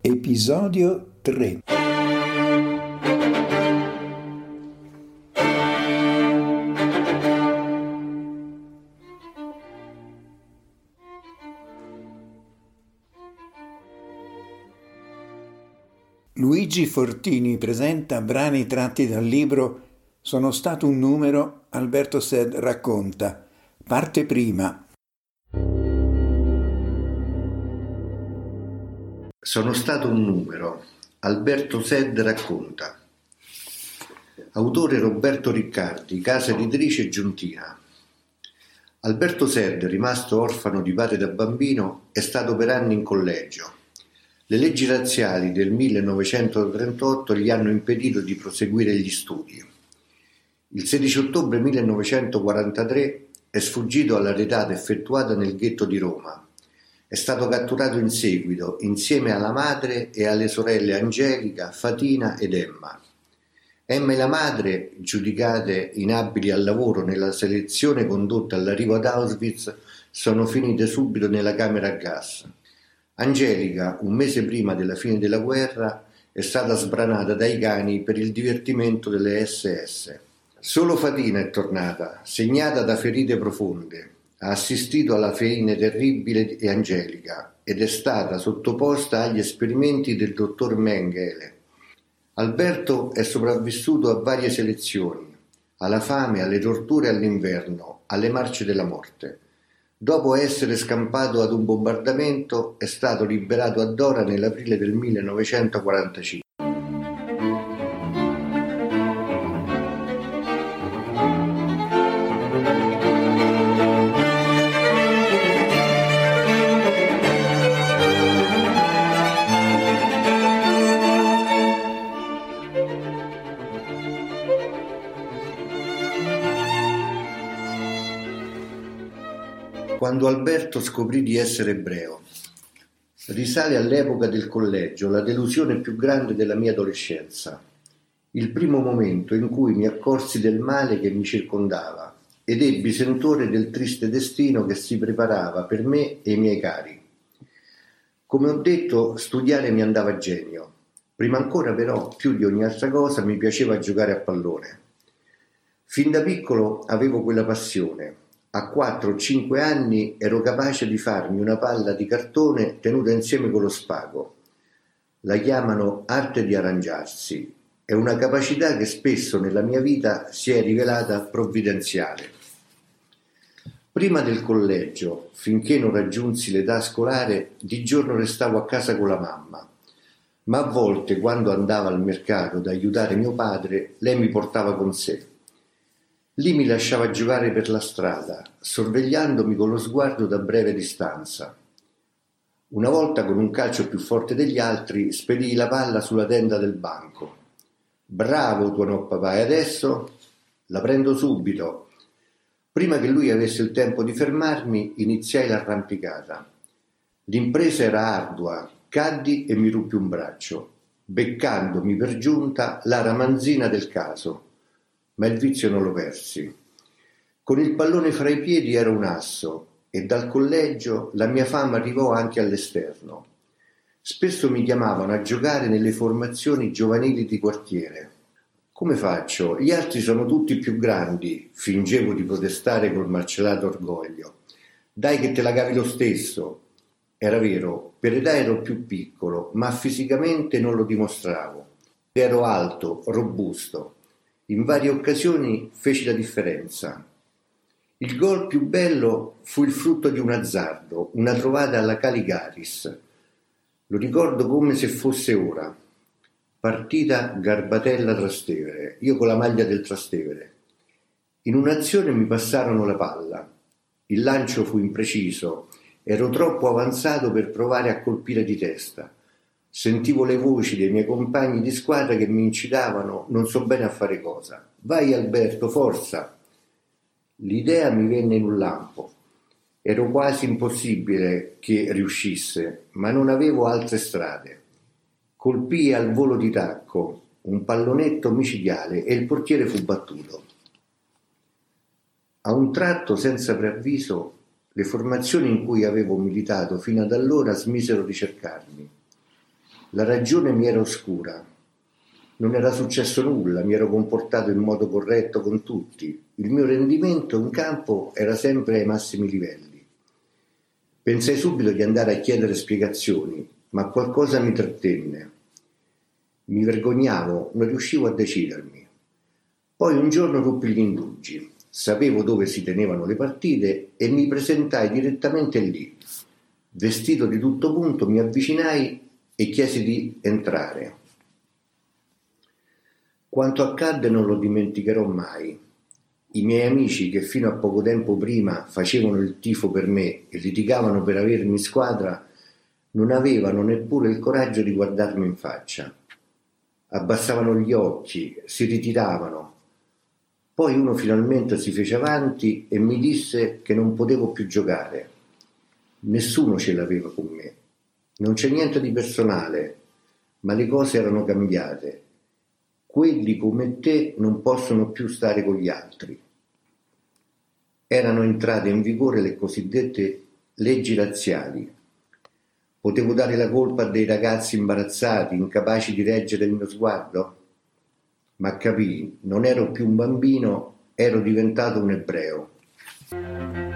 Episodio 3. Luigi Fortini presenta brani tratti dal libro Sono stato un numero, Alberto Sed racconta, parte prima. Sono stato un numero, Alberto Sed racconta. Autore Roberto Riccardi, casa editrice Giuntina. Alberto Sed, rimasto orfano di padre da bambino, è stato per anni in collegio. Le leggi razziali del 1938 gli hanno impedito di proseguire gli studi. Il 16 ottobre 1943 è sfuggito alla retata effettuata nel ghetto di Roma. È stato catturato in seguito insieme alla madre e alle sorelle Angelica, Fatina ed Emma. Emma e la madre, giudicate inabili al lavoro nella selezione condotta all'arrivo ad Auschwitz, sono finite subito nella camera a gas. Angelica, un mese prima della fine della guerra, è stata sbranata dai cani per il divertimento delle SS. Solo Fatina è tornata, segnata da ferite profonde. Ha assistito alla fine terribile di Angelica ed è stata sottoposta agli esperimenti del dottor Mengele. Alberto è sopravvissuto a varie selezioni, alla fame, alle torture, all'inverno, alle marce della morte. Dopo essere scampato ad un bombardamento, è stato liberato a Dora nell'aprile del 1945. Quando Alberto scoprì di essere ebreo. Risale all'epoca del collegio, la delusione più grande della mia adolescenza. Il primo momento in cui mi accorsi del male che mi circondava ed ebbi sentore del triste destino che si preparava per me e i miei cari. Come ho detto, studiare mi andava a genio. Prima ancora però, più di ogni altra cosa, mi piaceva giocare a pallone. Fin da piccolo avevo quella passione. A 4 o 5 anni ero capace di farmi una palla di cartone tenuta insieme con lo spago. La chiamano arte di arrangiarsi. È una capacità che spesso nella mia vita si è rivelata provvidenziale. Prima del collegio, finché non raggiunsi l'età scolare, di giorno restavo a casa con la mamma. Ma a volte, quando andava al mercato ad aiutare mio padre, lei mi portava con sé. Lì mi lasciava giocare per la strada, sorvegliandomi con lo sguardo da breve distanza. Una volta, con un calcio più forte degli altri, spedii la palla sulla tenda del banco. «Bravo, tuonò papà, e adesso?» «La prendo subito». Prima che lui avesse il tempo di fermarmi, iniziai l'arrampicata. L'impresa era ardua, caddi e mi ruppi un braccio, beccandomi per giunta la ramanzina del caso. Ma il vizio non lo persi. Con il pallone fra i piedi ero un asso e dal collegio la mia fama arrivò anche all'esterno. Spesso mi chiamavano a giocare nelle formazioni giovanili di quartiere. Come faccio? Gli altri sono tutti più grandi, fingevo di protestare col malcelato orgoglio. Dai che te la cavi lo stesso. Era vero, per età ero più piccolo, ma fisicamente non lo dimostravo. Ero alto, robusto. In varie occasioni feci la differenza. Il gol più bello fu il frutto di un azzardo, una trovata alla Caligaris. Lo ricordo come se fosse ora. Partita Garbatella-Trastevere, io con la maglia del Trastevere. In un'azione mi passarono la palla. Il lancio fu impreciso, ero troppo avanzato per provare a colpire di testa. Sentivo le voci dei miei compagni di squadra che mi incitavano, non so bene a fare cosa. «Vai Alberto, forza!» L'idea mi venne in un lampo. Ero quasi impossibile che riuscisse, ma non avevo altre strade. Colpii al volo di tacco un pallonetto micidiale e il portiere fu battuto. A un tratto, senza preavviso, le formazioni in cui avevo militato fino ad allora smisero di cercarmi. La ragione mi era oscura. Non era successo nulla, mi ero comportato in modo corretto con tutti. Il mio rendimento in campo era sempre ai massimi livelli. Pensai subito di andare a chiedere spiegazioni, ma qualcosa mi trattenne. Mi vergognavo, non riuscivo a decidermi. Poi un giorno ruppi gli indugi. Sapevo dove si tenevano le partite e mi presentai direttamente lì. Vestito di tutto punto, mi avvicinai e chiesi di entrare. Quanto accadde non lo dimenticherò mai. I miei amici, che fino a poco tempo prima facevano il tifo per me e litigavano per avermi in squadra, non avevano neppure il coraggio di guardarmi in faccia. Abbassavano gli occhi, si ritiravano. Poi uno finalmente si fece avanti e mi disse che non potevo più giocare. Nessuno ce l'aveva con me. Non c'è niente di personale, ma le cose erano cambiate. Quelli come te non possono più stare con gli altri. Erano entrate in vigore le cosiddette leggi razziali. Potevo dare la colpa a dei ragazzi imbarazzati, incapaci di reggere il mio sguardo? Ma capii, non ero più un bambino, ero diventato un ebreo.